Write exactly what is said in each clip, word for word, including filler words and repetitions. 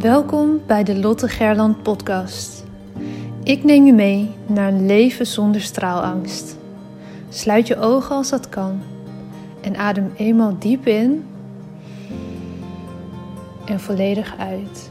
Welkom bij de Lotte Gerland podcast. Ik neem je mee naar een leven zonder straalangst. Sluit je ogen als dat kan en adem eenmaal diep in en volledig uit.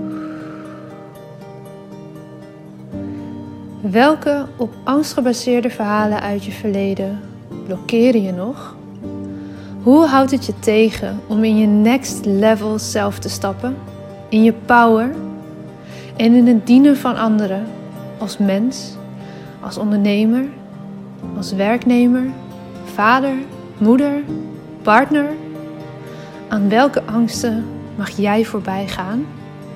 Welke op angst gebaseerde verhalen uit je verleden blokkeren je nog? Hoe houdt het je tegen om in je next level zelf te stappen? In je power en in het dienen van anderen als mens, als ondernemer, als werknemer, vader, moeder, partner. Aan welke angsten mag jij voorbij gaan?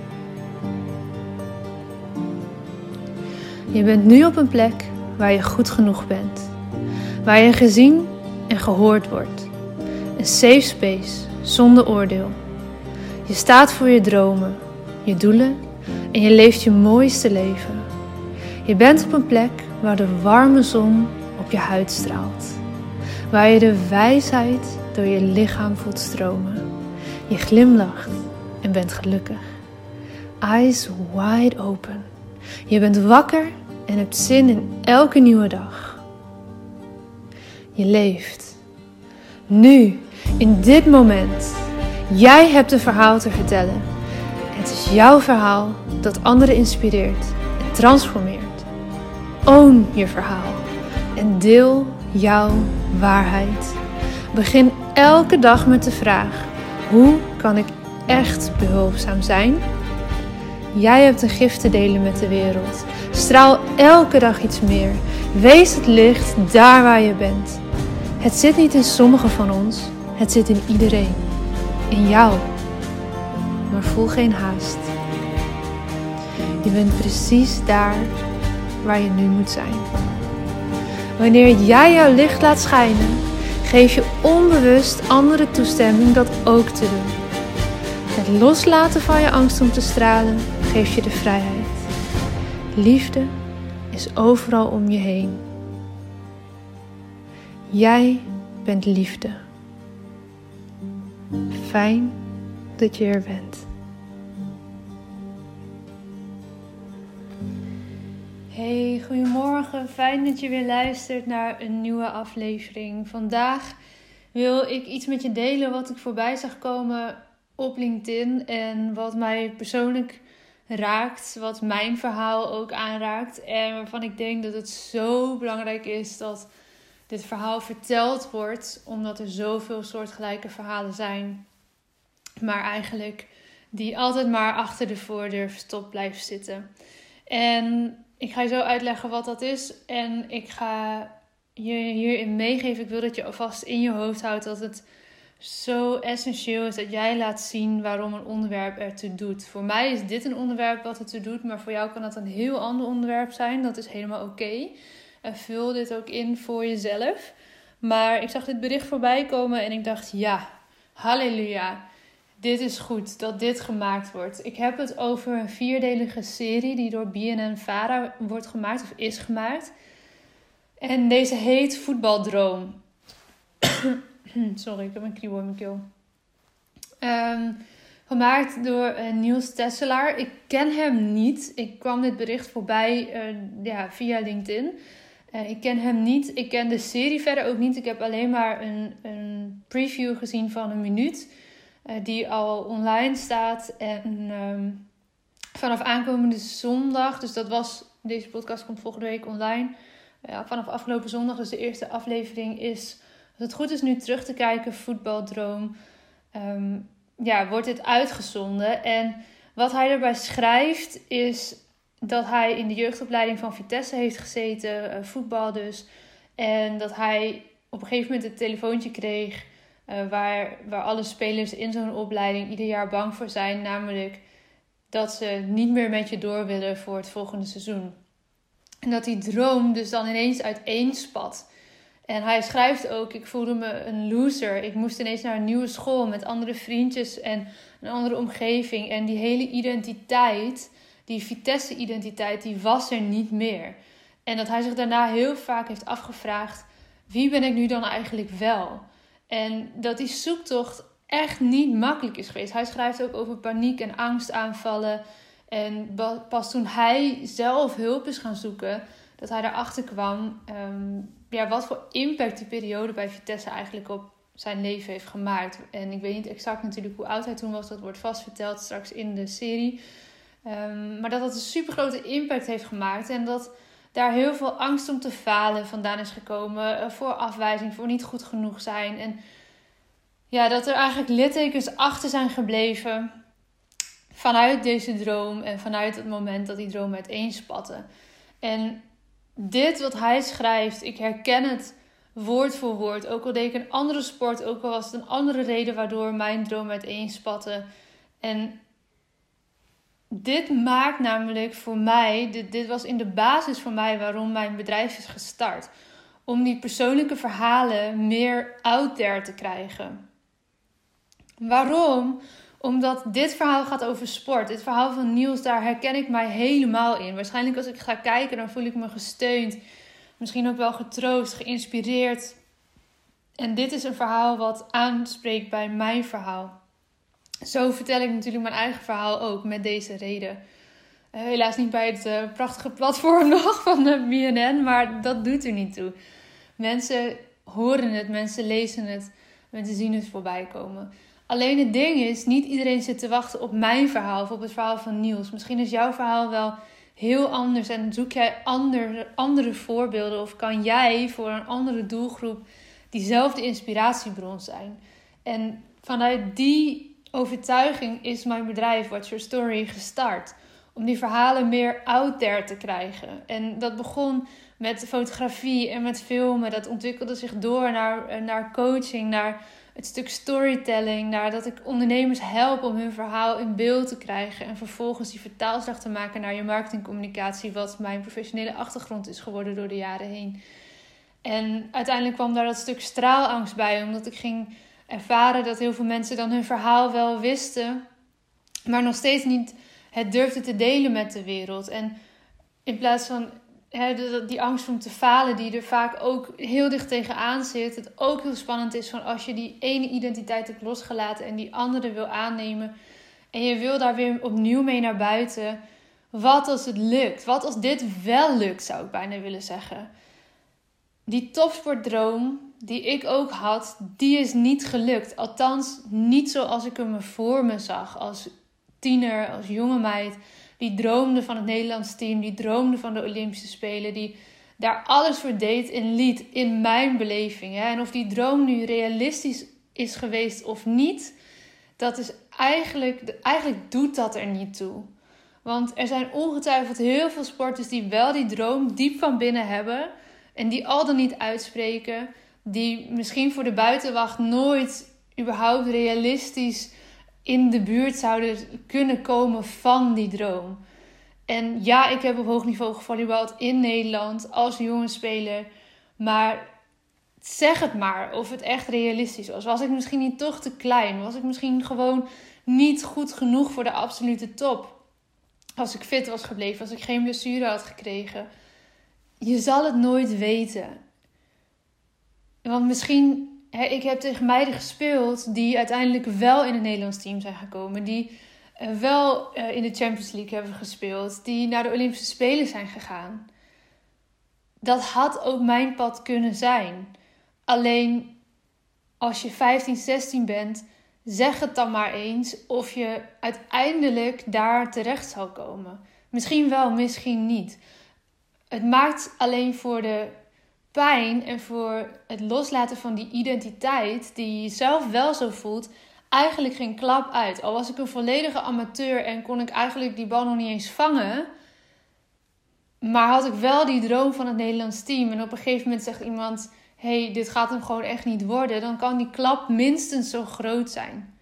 Je bent nu op een plek waar je goed genoeg bent, waar je gezien en gehoord wordt. Een safe space zonder oordeel. Je staat voor je dromen, je doelen en je leeft je mooiste leven. Je bent op een plek waar de warme zon op je huid straalt. Waar je de wijsheid door je lichaam voelt stromen. Je glimlacht en bent gelukkig. Eyes wide open. Je bent wakker en hebt zin in elke nieuwe dag. Je leeft. Nu, in dit moment. Jij hebt een verhaal te vertellen. Het is jouw verhaal dat anderen inspireert en transformeert. Own je verhaal en deel jouw waarheid. Begin elke dag met de vraag: hoe kan ik echt behulpzaam zijn? Jij hebt een gift te delen met de wereld. Straal elke dag iets meer. Wees het licht daar waar je bent. Het zit niet in sommigen van ons, het zit in iedereen. In jou. Maar voel geen haast. Je bent precies daar waar je nu moet zijn. Wanneer jij jouw licht laat schijnen, geef je onbewust anderen toestemming dat ook te doen. Het loslaten van je angst om te stralen geeft je de vrijheid. Liefde is overal om je heen. Jij bent liefde. Fijn dat je er bent. Hey, goedemorgen. Fijn dat je weer luistert naar een nieuwe aflevering. Vandaag wil ik iets met je delen wat ik voorbij zag komen op LinkedIn. En wat mij persoonlijk raakt. Wat mijn verhaal ook aanraakt. En waarvan ik denk dat het zo belangrijk is dat dit verhaal verteld wordt. Omdat er zoveel soortgelijke verhalen zijn. Maar eigenlijk die altijd maar achter de voordeur verstopt blijft zitten. En ik ga je zo uitleggen wat dat is. En ik ga je hierin meegeven. Ik wil dat je alvast in je hoofd houdt dat het zo essentieel is dat jij laat zien waarom een onderwerp ertoe doet. Voor mij is dit een onderwerp wat ertoe doet. Maar voor jou kan dat een heel ander onderwerp zijn. Dat is helemaal oké. Okay. En vul dit ook in voor jezelf. Maar ik zag dit bericht voorbij komen en ik dacht ja, halleluja. Dit is goed dat dit gemaakt wordt. Ik heb het over een vierdelige serie die door B N N Vara wordt gemaakt of is gemaakt. En deze heet Voetbaldroom. Sorry, ik heb een kriebel in mijn keel. Um, gemaakt door uh, Niels Tesselaar. Ik ken hem niet. Ik kwam dit bericht voorbij uh, ja, via LinkedIn. Uh, ik ken hem niet. Ik ken de serie verder ook niet. Ik heb alleen maar een, een preview gezien van een minuut. Uh, die al online staat. En um, vanaf aankomende zondag. Dus dat was. Deze podcast komt volgende week online. Uh, vanaf afgelopen zondag. Dus de eerste aflevering is. Als het goed is nu terug te kijken. Voetbaldroom. Um, ja, wordt dit uitgezonden. En wat hij erbij schrijft is dat hij in de jeugdopleiding van Vitesse heeft gezeten. Uh, voetbal dus. En dat hij op een gegeven moment een telefoontje kreeg. Uh, waar, waar alle spelers in zo'n opleiding ieder jaar bang voor zijn. Namelijk dat ze niet meer met je door willen voor het volgende seizoen. En dat die droom dus dan ineens uiteenspat. En hij schrijft ook, ik voelde me een loser. Ik moest ineens naar een nieuwe school met andere vriendjes en een andere omgeving. En die hele identiteit, die Vitesse-identiteit, die was er niet meer. En dat hij zich daarna heel vaak heeft afgevraagd, wie ben ik nu dan eigenlijk wel? En dat die zoektocht echt niet makkelijk is geweest. Hij schrijft ook over paniek en angstaanvallen. En pas toen hij zelf hulp is gaan zoeken, dat hij erachter kwam um, ja, wat voor impact die periode bij Vitesse eigenlijk op zijn leven heeft gemaakt. En ik weet niet exact natuurlijk hoe oud hij toen was. Dat wordt vast verteld straks in de serie. Um, maar dat dat een super grote impact heeft gemaakt. En dat daar heel veel angst om te falen vandaan is gekomen. Uh, voor afwijzing, voor niet goed genoeg zijn. En ja, dat er eigenlijk littekens achter zijn gebleven vanuit deze droom. En vanuit het moment dat die droom uiteenspatte. En dit wat hij schrijft, ik herken het woord voor woord. Ook al deed ik een andere sport, ook al was het een andere reden waardoor mijn droom uiteenspatte. En dit maakt namelijk voor mij, dit, dit was in de basis voor mij waarom mijn bedrijf is gestart. Om die persoonlijke verhalen meer out there te krijgen. Waarom? Omdat dit verhaal gaat over sport. Dit verhaal van Niels, daar herken ik mij helemaal in. Waarschijnlijk als ik ga kijken, dan voel ik me gesteund. Misschien ook wel getroost, geïnspireerd. En dit is een verhaal wat aanspreekt bij mijn verhaal. Zo vertel ik natuurlijk mijn eigen verhaal ook, met deze reden. Uh, helaas niet bij het uh, prachtige platform nog van de B N N, maar dat doet er niet toe. Mensen horen het, mensen lezen het, mensen zien het voorbij komen. Alleen het ding is, niet iedereen zit te wachten op mijn verhaal of op het verhaal van Niels. Misschien is jouw verhaal wel heel anders en zoek jij andere, andere voorbeelden. Of kan jij voor een andere doelgroep diezelfde inspiratiebron zijn. En vanuit die overtuiging is mijn bedrijf What's Your Story gestart. Om die verhalen meer out there te krijgen. En dat begon met fotografie en met filmen. Dat ontwikkelde zich door naar, naar coaching, naar het stuk storytelling, naar dat ik ondernemers help om hun verhaal in beeld te krijgen. En vervolgens die vertaalslag te maken naar je marketingcommunicatie, wat mijn professionele achtergrond is geworden door de jaren heen. En uiteindelijk kwam daar dat stuk straalangst bij, omdat ik ging ervaren dat heel veel mensen dan hun verhaal wel wisten, maar nog steeds niet het durfden te delen met de wereld. En in plaats van he, die angst om te falen, die er vaak ook heel dicht tegenaan zit, het ook heel spannend is van als je die ene identiteit hebt losgelaten en die andere wil aannemen en je wil daar weer opnieuw mee naar buiten. Wat als het lukt? Wat als dit wel lukt, zou ik bijna willen zeggen. Die topsportdroom die ik ook had, die is niet gelukt. Althans, niet zoals ik hem voor me zag als tiener, als jonge meid. Die droomde van het Nederlands team, die droomde van de Olympische Spelen, die daar alles voor deed en liet in mijn beleving. Hè? En of die droom nu realistisch is geweest of niet, dat is eigenlijk, eigenlijk doet dat er niet toe. Want er zijn ongetwijfeld heel veel sporters die wel die droom diep van binnen hebben en die al dan niet uitspreken, die misschien voor de buitenwacht nooit überhaupt realistisch in de buurt zouden kunnen komen van die droom. En ja, ik heb op hoog niveau gevolleybald in Nederland als jongensspeler. Maar zeg het maar of het echt realistisch was. Was ik misschien niet toch te klein? Was ik misschien gewoon niet goed genoeg voor de absolute top? Als ik fit was gebleven, als ik geen blessure had gekregen. Je zal het nooit weten. Want misschien, hè, ik heb tegen meiden gespeeld die uiteindelijk wel in het Nederlands team zijn gekomen. Die uh, wel uh, in de Champions League hebben gespeeld. Die naar de Olympische Spelen zijn gegaan. Dat had ook mijn pad kunnen zijn. Alleen als je vijftien, zestien bent, zeg het dan maar eens of je uiteindelijk daar terecht zal komen. Misschien wel, misschien niet. Het maakt alleen voor de pijn en voor het loslaten van die identiteit die je zelf wel zo voelt, eigenlijk geen klap uit. Al was ik een volledige amateur en kon ik eigenlijk die bal nog niet eens vangen, maar had ik wel die droom van het Nederlands team en op een gegeven moment zegt iemand, hey, dit gaat hem gewoon echt niet worden, dan kan die klap minstens zo groot zijn.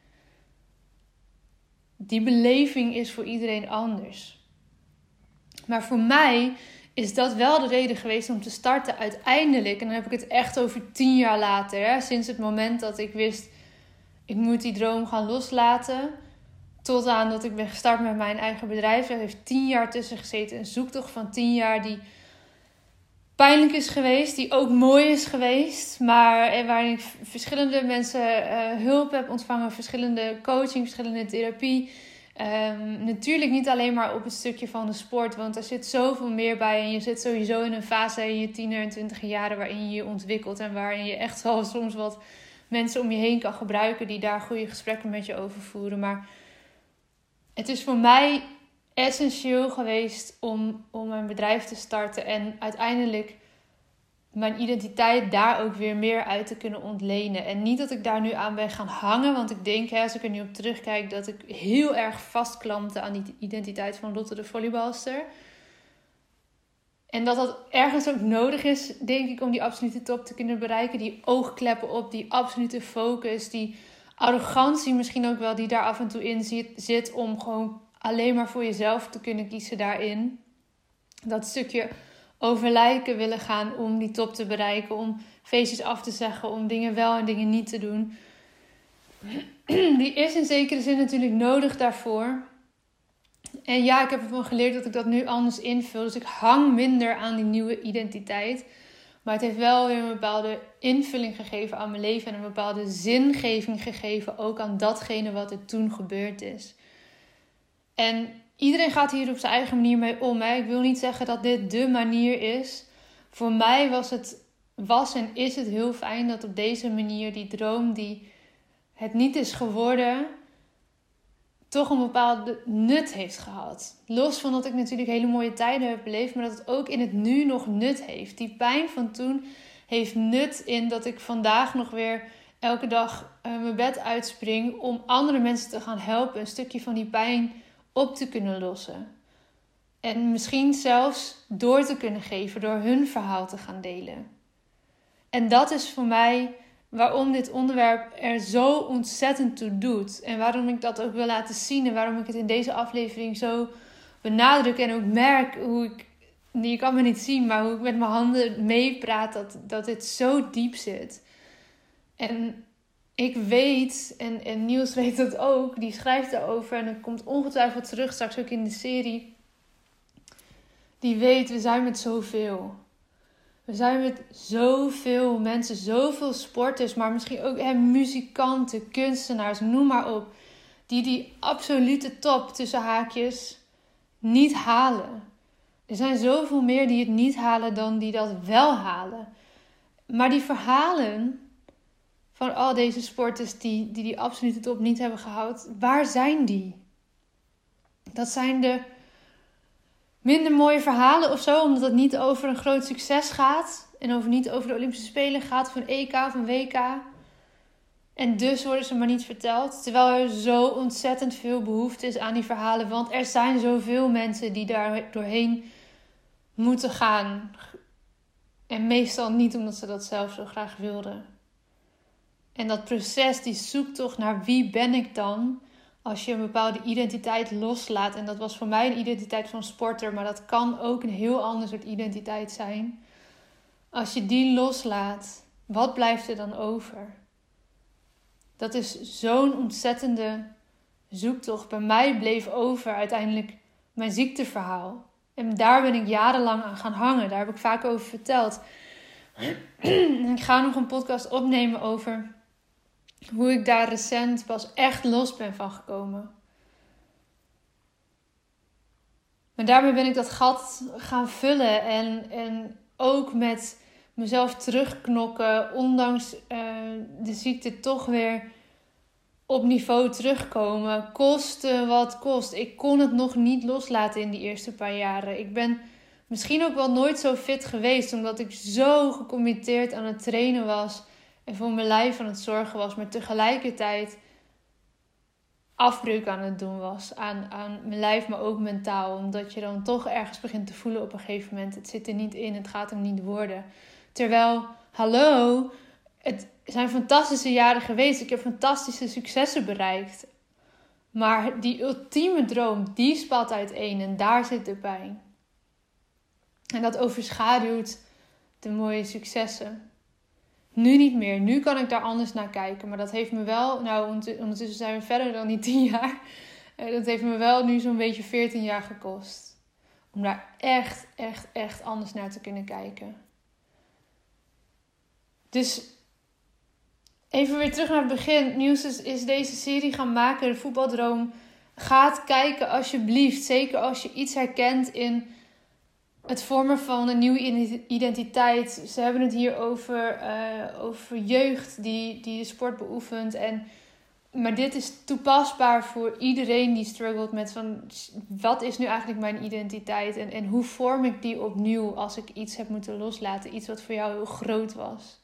Die beleving is voor iedereen anders. Maar voor mij is dat wel de reden geweest om te starten uiteindelijk. En dan heb ik het echt over tien jaar later. Hè, sinds het moment dat ik wist, ik moet die droom gaan loslaten. Tot aan dat ik ben gestart met mijn eigen bedrijf. Er heeft tien jaar tussen gezeten. Een zoektocht van tien jaar die pijnlijk is geweest, die ook mooi is geweest, maar waarin ik verschillende mensen uh, hulp heb ontvangen, verschillende coaching, verschillende therapie. Um, natuurlijk niet alleen maar op het stukje van de sport, want er zit zoveel meer bij en je zit sowieso in een fase in je tiener en twintiger jaren waarin je je ontwikkelt en waarin je echt wel soms wat mensen om je heen kan gebruiken die daar goede gesprekken met je over voeren. Maar het is voor mij essentieel geweest om, om mijn bedrijf te starten en uiteindelijk mijn identiteit daar ook weer meer uit te kunnen ontlenen. En niet dat ik daar nu aan ben gaan hangen, want ik denk, hè, als ik er nu op terugkijk, dat ik heel erg vastklampte aan die identiteit van Lotte de volleybalster. En dat dat ergens ook nodig is, denk ik, om die absolute top te kunnen bereiken. Die oogkleppen op, die absolute focus, die arrogantie misschien ook wel die daar af en toe in zit, zit om gewoon alleen maar voor jezelf te kunnen kiezen daarin. Dat stukje over lijken willen gaan om die top te bereiken, om feestjes af te zeggen, om dingen wel en dingen niet te doen. Die is in zekere zin natuurlijk nodig daarvoor. En ja, ik heb ervan geleerd dat ik dat nu anders invul. Dus ik hang minder aan die nieuwe identiteit. Maar het heeft wel weer een bepaalde invulling gegeven aan mijn leven en een bepaalde zingeving gegeven ook aan datgene wat er toen gebeurd is. En iedereen gaat hier op zijn eigen manier mee om. Hè. Ik wil niet zeggen dat dit de manier is. Voor mij was het was en is het heel fijn dat op deze manier die droom die het niet is geworden, toch een bepaalde nut heeft gehad. Los van dat ik natuurlijk hele mooie tijden heb beleefd, maar dat het ook in het nu nog nut heeft. Die pijn van toen heeft nut in dat ik vandaag nog weer elke dag uh, mijn bed uitspring om andere mensen te gaan helpen, een stukje van die pijn op te kunnen lossen. En misschien zelfs door te kunnen geven, door hun verhaal te gaan delen. En dat is voor mij waarom dit onderwerp er zo ontzettend toe doet. En waarom ik dat ook wil laten zien. En waarom ik het in deze aflevering zo benadruk. En ook merk hoe ik, je kan me niet zien, maar hoe ik met mijn handen meepraat. Dat, dat dit zo diep zit. En ik weet, en, en Niels weet dat ook. Die schrijft daarover. En dat komt ongetwijfeld terug straks ook in de serie. Die weet, we zijn met zoveel. We zijn met zoveel mensen, zoveel sporters, maar misschien ook hè, muzikanten, kunstenaars, noem maar op. Die die absolute top tussen haakjes niet halen. Er zijn zoveel meer die het niet halen dan die dat wel halen. Maar die verhalen van al deze sporters die die, die absolute top niet hebben gehaald, waar zijn die? Dat zijn de minder mooie verhalen of zo, omdat het niet over een groot succes gaat. En over niet over de Olympische Spelen gaat, of een E K of een W K. En dus worden ze maar niet verteld. Terwijl er zo ontzettend veel behoefte is aan die verhalen. Want er zijn zoveel mensen die daar doorheen moeten gaan. En meestal niet omdat ze dat zelf zo graag wilden. En dat proces, die zoektocht naar wie ben ik dan, als je een bepaalde identiteit loslaat. En dat was voor mij een identiteit van sporter, maar dat kan ook een heel ander soort identiteit zijn. Als je die loslaat, wat blijft er dan over? Dat is zo'n ontzettende zoektocht. Bij mij bleef over uiteindelijk mijn ziekteverhaal. En daar ben ik jarenlang aan gaan hangen. Daar heb ik vaak over verteld. En ik ga nog een podcast opnemen over hoe ik daar recent pas echt los ben van gekomen. Maar daarmee ben ik dat gat gaan vullen. En, en ook met mezelf terugknokken. Ondanks uh, de ziekte toch weer op niveau terugkomen. Koste wat kost. Ik kon het nog niet loslaten in die eerste paar jaren. Ik ben misschien ook wel nooit zo fit geweest. Omdat ik zo gecommitteerd aan het trainen was. En voor mijn lijf aan het zorgen was. Maar tegelijkertijd afbreuk aan het doen was. Aan, aan mijn lijf, maar ook mentaal. Omdat je dan toch ergens begint te voelen op een gegeven moment. Het zit er niet in. Het gaat hem niet worden. Terwijl, hallo, het zijn fantastische jaren geweest. Ik heb fantastische successen bereikt. Maar die ultieme droom, die spat uiteen. En daar zit de pijn. En dat overschaduwt de mooie successen. Nu niet meer. Nu kan ik daar anders naar kijken. Maar dat heeft me wel, nou ondertussen zijn we verder dan die tien jaar. Dat heeft me wel nu zo'n beetje veertien jaar gekost. Om daar echt, echt, echt anders naar te kunnen kijken. Dus even weer terug naar het begin. Nieuws is, is deze serie gaan maken, de voetbaldroom. Ga kijken alsjeblieft. Zeker als je iets herkent in het vormen van een nieuwe identiteit. Ze hebben het hier over, uh, over jeugd die, die de sport beoefent. En, maar dit is toepasbaar voor iedereen die struggelt met van, wat is nu eigenlijk mijn identiteit? En, en hoe vorm ik die opnieuw als ik iets heb moeten loslaten? Iets wat voor jou heel groot was.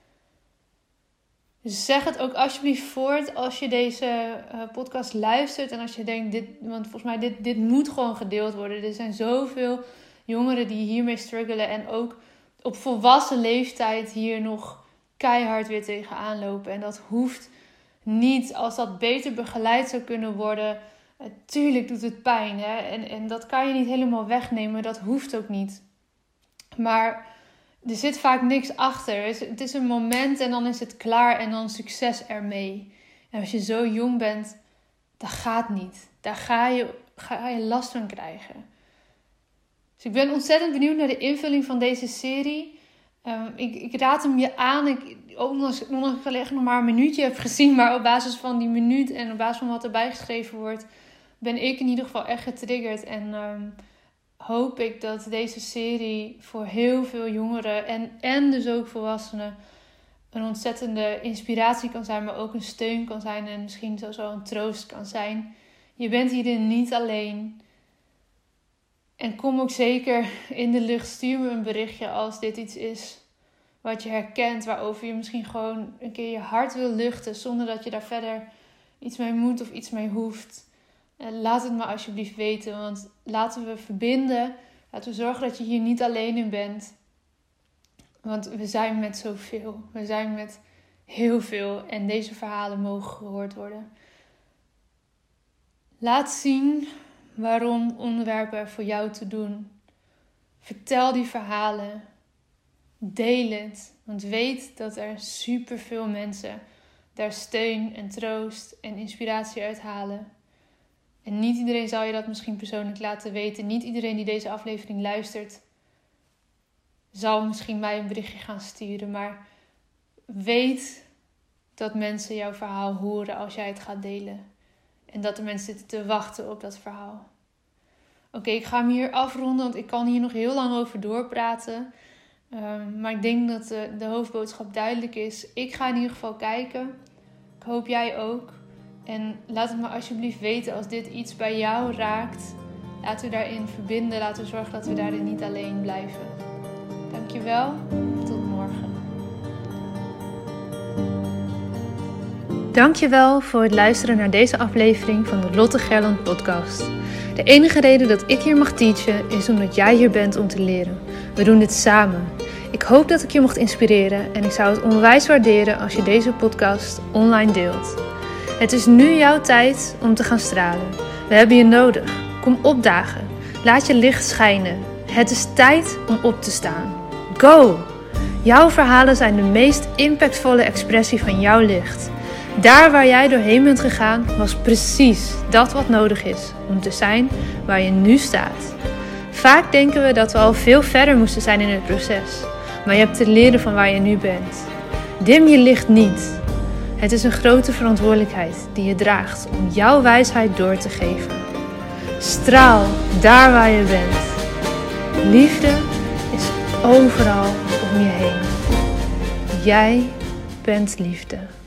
Dus zeg het ook alsjeblieft voort als je deze uh, podcast luistert. En als je denkt, dit, want volgens mij dit, dit moet gewoon gedeeld worden. Er zijn zoveel jongeren die hiermee struggelen. En ook op volwassen leeftijd hier nog keihard weer tegenaan lopen. En dat hoeft niet. Als dat beter begeleid zou kunnen worden. Uh, tuurlijk doet het pijn. Hè? En, en dat kan je niet helemaal wegnemen. Dat hoeft ook niet. Maar er zit vaak niks achter. Het is een moment en dan is het klaar en dan succes ermee. En als je zo jong bent, dat gaat niet. Daar ga je, ga je last van krijgen. Dus ik ben ontzettend benieuwd naar de invulling van deze serie. Um, ik, ik raad hem je aan. Ik, ondanks dat ik nog maar een minuutje heb gezien, maar op basis van die minuut en op basis van wat erbij geschreven wordt, ben ik in ieder geval echt getriggerd. En Um, hoop ik dat deze serie voor heel veel jongeren en, en dus ook volwassenen een ontzettende inspiratie kan zijn, maar ook een steun kan zijn en misschien zelfs wel een troost kan zijn. Je bent hierin niet alleen. En kom ook zeker in de lucht, stuur me een berichtje als dit iets is wat je herkent, waarover je misschien gewoon een keer je hart wil luchten, zonder dat je daar verder iets mee moet of iets mee hoeft. Laat het me alsjeblieft weten, want laten we verbinden. Laten we zorgen dat je hier niet alleen in bent. Want we zijn met zoveel. We zijn met heel veel. En deze verhalen mogen gehoord worden. Laat zien waarom onderwerpen er voor jou te doen. Vertel die verhalen. Deel het. Want weet dat er superveel mensen daar steun en troost en inspiratie uithalen. En niet iedereen zal je dat misschien persoonlijk laten weten. Niet iedereen die deze aflevering luistert zal misschien mij een berichtje gaan sturen. Maar weet dat mensen jouw verhaal horen als jij het gaat delen. En dat de mensen zitten te wachten op dat verhaal. Oké, okay, ik ga hem hier afronden, want ik kan hier nog heel lang over doorpraten. Um, maar ik denk dat de, de hoofdboodschap duidelijk is. Ik ga in ieder geval kijken. Ik hoop jij ook. En laat het me alsjeblieft weten als dit iets bij jou raakt. Laten we daarin verbinden. Laten we zorgen dat we daarin niet alleen blijven. Dankjewel. Tot morgen. Dankjewel voor het luisteren naar deze aflevering van de Lotte Gerland podcast. De enige reden dat ik hier mag teachen is omdat jij hier bent om te leren. We doen dit samen. Ik hoop dat ik je mocht inspireren en ik zou het onwijs waarderen als je deze podcast online deelt. Het is nu jouw tijd om te gaan stralen. We hebben je nodig. Kom opdagen. Laat je licht schijnen. Het is tijd om op te staan. Go! Jouw verhalen zijn de meest impactvolle expressie van jouw licht. Daar waar jij doorheen bent gegaan, was precies dat wat nodig is om te zijn waar je nu staat. Vaak denken we dat we al veel verder moesten zijn in het proces. Maar je hebt te leren van waar je nu bent. Dim je licht niet. Het is een grote verantwoordelijkheid die je draagt om jouw wijsheid door te geven. Straal daar waar je bent. Liefde is overal om je heen. Jij bent liefde.